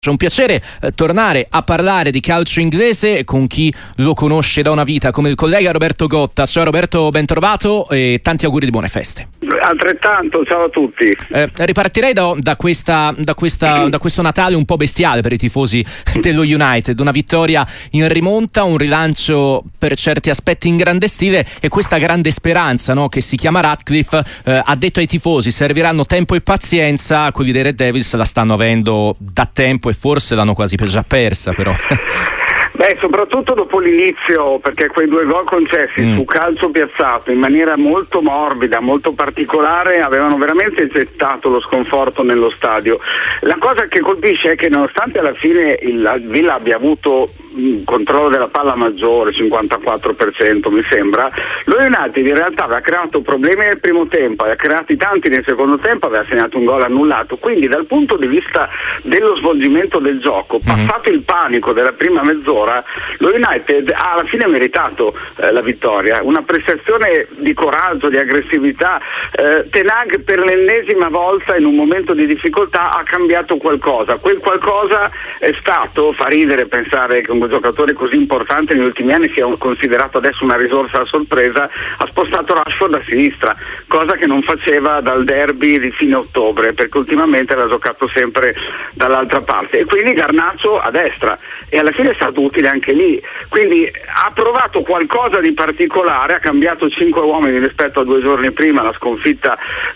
È un piacere tornare a parlare di calcio inglese con chi lo conosce da una vita, come il collega Roberto Gotta. Ciao Roberto, ben trovato e tanti auguri di buone feste. Altrettanto, ciao a tutti. Ripartirei da questo Natale un po' bestiale per i tifosi dello United. Una vittoria in rimonta, un rilancio per certi aspetti in grande stile e questa grande speranza, no, che si chiama Ratcliffe. Ha detto ai tifosi serviranno tempo e pazienza. Quelli dei Red Devils la stanno avendo da tempo e forse l'hanno quasi già persa, però. Beh, soprattutto dopo l'inizio, perché quei 2 gol concessi su calcio piazzato in maniera molto morbida, molto particolare, avevano veramente gettato lo sconforto nello stadio. La cosa che colpisce è che nonostante alla fine il Villa abbia avuto un controllo della palla maggiore, 54% mi sembra, lo United in realtà aveva creato problemi nel primo tempo, aveva creati tanti nel secondo tempo, aveva segnato un gol annullato, quindi dal punto di vista dello svolgimento del gioco, passato il panico della prima mezz'ora, lo United ha alla fine meritato la vittoria, una prestazione di coraggio, di aggressività. Ten Hag per l'ennesima volta in un momento di difficoltà ha cambiato qualcosa, quel qualcosa è stato, fa ridere pensare che un giocatore così importante negli ultimi anni sia considerato adesso una risorsa a sorpresa, ha spostato Rashford a sinistra, cosa che non faceva dal derby di fine ottobre, perché ultimamente aveva giocato sempre dall'altra parte, e quindi Garnacho a destra, e alla fine è stato utile anche lì, quindi ha provato qualcosa di particolare, ha cambiato 5 uomini rispetto a 2 giorni prima, la sconfitta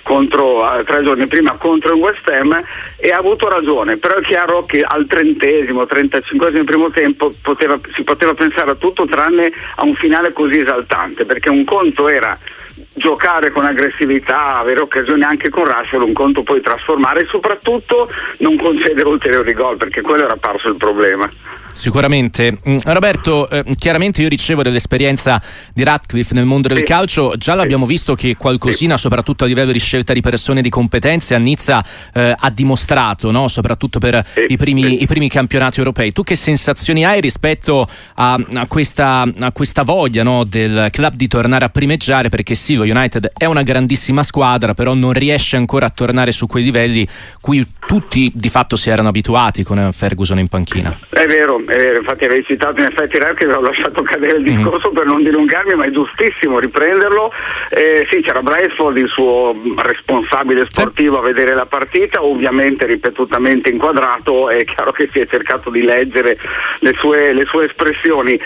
3 giorni prima contro il West Ham, e ha avuto ragione, però è chiaro che al 35esimo primo tempo si poteva pensare a tutto tranne a un finale così esaltante, perché un conto era giocare con aggressività, avere occasioni anche con Rashford, un conto poi trasformare e soprattutto non concedere ulteriori gol, perché quello era apparso il problema. Sicuramente. Roberto, chiaramente io ricevo dell'esperienza di Ratcliffe nel mondo del calcio, già l'abbiamo visto che qualcosina, soprattutto a livello di scelta di persone e di competenze, a Nizza ha dimostrato, no? Soprattutto per i primi campionati europei. Tu che sensazioni hai rispetto a questa voglia, no, del club di tornare a primeggiare? Perché sì, lo United è una grandissima squadra, però non riesce ancora a tornare su quei livelli cui tutti di fatto si erano abituati con Ferguson in panchina. È vero, infatti avevi citato in effetti che avevo lasciato cadere il discorso per non dilungarmi, ma è giustissimo riprenderlo. Sì, c'era Brentford, il suo responsabile sportivo, a vedere la partita, ovviamente ripetutamente inquadrato, è chiaro che si è cercato di leggere le sue espressioni.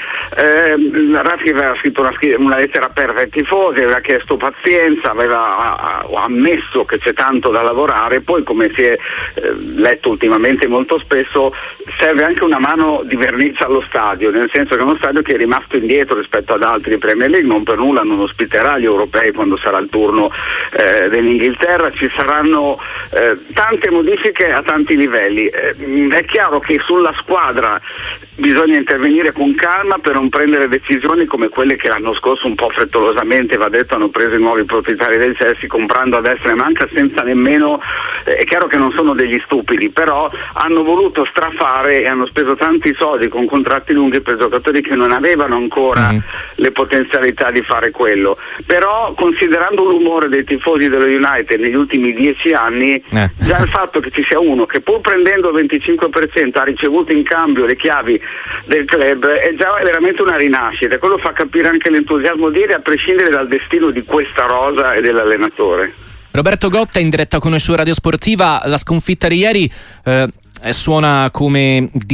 Ratcliffe aveva scritto una lettera aperta ai tifosi, aveva chiesto pazienza, aveva ammesso che c'è tanto da lavorare, poi come si è letto ultimamente molto spesso serve anche una mano di vernice allo stadio, nel senso che è uno stadio che è rimasto indietro rispetto ad altri Premier League, non per nulla non ospiterà gli europei quando sarà il turno dell'Inghilterra, ci saranno tante modifiche a tanti livelli. È chiaro che sulla squadra bisogna intervenire con calma per non prendere decisioni come quelle che l'anno scorso un po' frettolosamente, va detto, hanno preso i nuovi proprietari del Chelsea comprando a destra e manca senza nemmeno, è chiaro che non sono degli stupidi, però hanno voluto strafare e hanno speso tanti soldi con contratti lunghi per giocatori che non avevano ancora le potenzialità di fare quello. Però considerando l'umore dei tifosi dello United negli ultimi 10 anni, già il fatto che ci sia uno che pur prendendo il 25% ha ricevuto in cambio le chiavi del club è già veramente una rinascita, e quello fa capire anche l'entusiasmo di ieri, a prescindere dal destino di questa rosa e dell'allenatore. Roberto Gotta in diretta con noi su Radio Sportiva. La sconfitta di ieri suona come da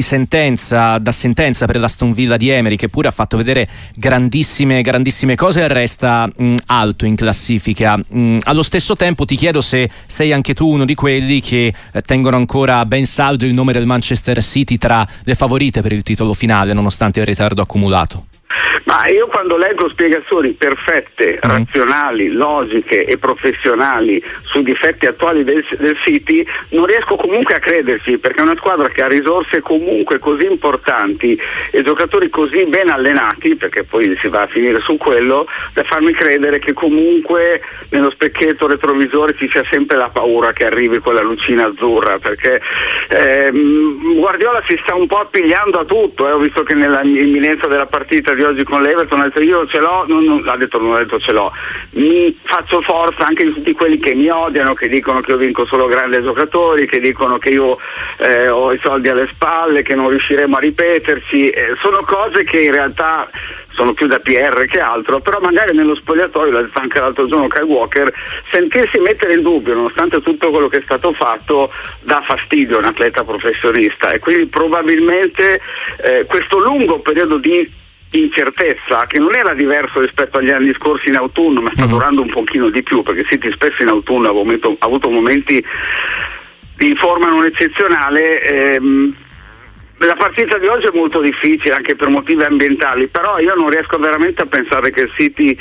sentenza per l'Aston Villa di Emery, che pure ha fatto vedere grandissime cose e resta alto in classifica. Allo stesso tempo ti chiedo se sei anche tu uno di quelli che tengono ancora ben saldo il nome del Manchester City tra le favorite per il titolo finale, nonostante il ritardo accumulato. Ma io quando leggo spiegazioni perfette, razionali, logiche e professionali sui difetti attuali del City, non riesco comunque a crederci, perché è una squadra che ha risorse comunque così importanti e giocatori così ben allenati, perché poi si va a finire su quello, da farmi credere che comunque nello specchietto retrovisore ci sia sempre la paura che arrivi quella lucina azzurra, perché Guardiola si sta un po' appigliando a tutto, ho visto che nella imminenza della partita di oggi con l'Everton, ha detto io ce l'ho, non ha detto ce l'ho, mi faccio forza anche di tutti quelli che mi odiano, che dicono che io vinco solo grandi giocatori, che dicono che io ho i soldi alle spalle, che non riusciremo a ripeterci, sono cose che in realtà sono più da PR che altro, però magari nello spogliatoio, l'ha detto anche l'altro giorno Kyle Walker, sentirsi mettere in dubbio nonostante tutto quello che è stato fatto dà fastidio a un atleta professionista, e quindi probabilmente questo lungo periodo di incertezza, che non era diverso rispetto agli anni scorsi in autunno, ma sta durando un pochino di più, perché City spesso in autunno ha avuto momenti di forma non eccezionale. La partita di oggi è molto difficile anche per motivi ambientali, però io non riesco veramente a pensare che il City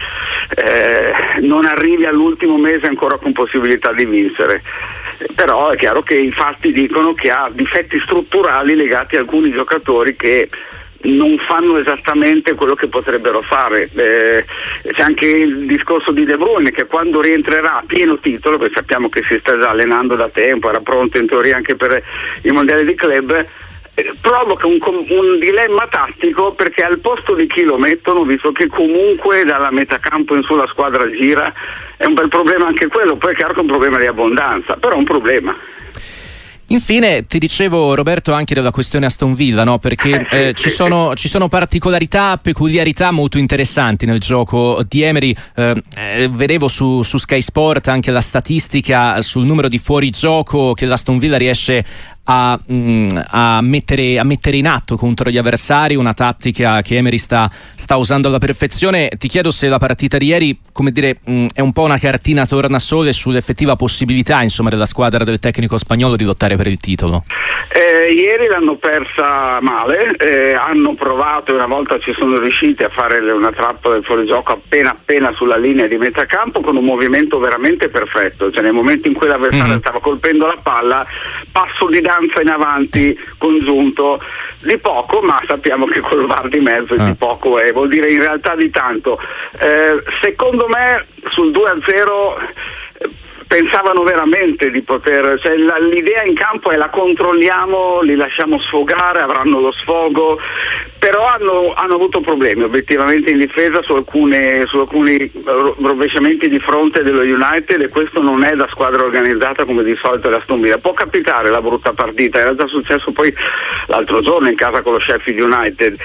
non arrivi all'ultimo mese ancora con possibilità di vincere. Però è chiaro che i fatti dicono che ha difetti strutturali legati a alcuni giocatori che non fanno esattamente quello che potrebbero fare. C'è anche il discorso di De Bruyne, che quando rientrerà a pieno titolo, perché sappiamo che si sta già allenando da tempo, era pronto in teoria anche per i mondiali di club, provoca un dilemma tattico, perché al posto di chi lo mettono, visto che comunque dalla metà campo in su la squadra gira, è un bel problema anche quello. Poi è chiaro che è un problema di abbondanza, però è un problema. Infine ti dicevo, Roberto, anche della questione Aston Villa, no? Perché ci sono particolarità, peculiarità molto interessanti nel gioco di Emery. Vedevo su Sky Sport anche la statistica sul numero di fuorigioco che l'Aston Villa riesce a mettere in atto contro gli avversari, una tattica che Emery sta usando alla perfezione. Ti chiedo se la partita di ieri, come dire, è un po' una cartina tornasole sull'effettiva possibilità, insomma, della squadra del tecnico spagnolo di lottare per il titolo. Ieri l'hanno persa male, hanno provato e una volta ci sono riusciti a fare una trappola del fuorigioco appena sulla linea di metà campo, con un movimento veramente perfetto, cioè nel momento in cui l'avversario stava colpendo la palla, passo di danza in avanti congiunto di poco, ma sappiamo che col VAR di mezzo di poco vuol dire in realtà di tanto. Secondo me sul 2-0 pensavano veramente di poter, cioè l'idea in campo è: la controlliamo, li lasciamo sfogare, avranno lo sfogo, però hanno avuto problemi obiettivamente in difesa su alcuni rovesciamenti di fronte dello United, e questo non è da squadra organizzata come di solito l'Aston Villa. Può capitare la brutta partita, era già successo poi l'altro giorno in casa con lo Sheffield United.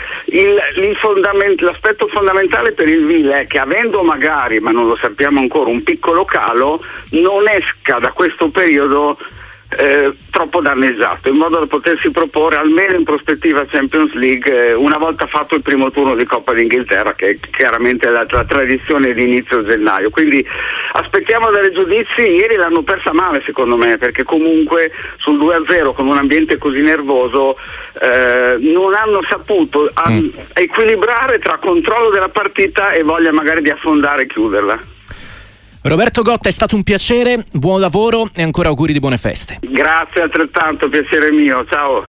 L'aspetto fondamentale per il Villa è che, avendo magari, ma non lo sappiamo ancora, un piccolo calo, non esca da questo periodo troppo danneggiato, in modo da potersi proporre almeno in prospettiva Champions League, una volta fatto il primo turno di Coppa d'Inghilterra, che chiaramente è la tradizione di inizio gennaio. Quindi aspettiamo dare giudizi. Ieri l'hanno persa male secondo me, perché comunque sul 2-0 con un ambiente così nervoso non hanno saputo equilibrare tra controllo della partita e voglia magari di affondare e chiuderla. Roberto Gotta, è stato un piacere, buon lavoro e ancora auguri di buone feste. Grazie, altrettanto, piacere mio, ciao.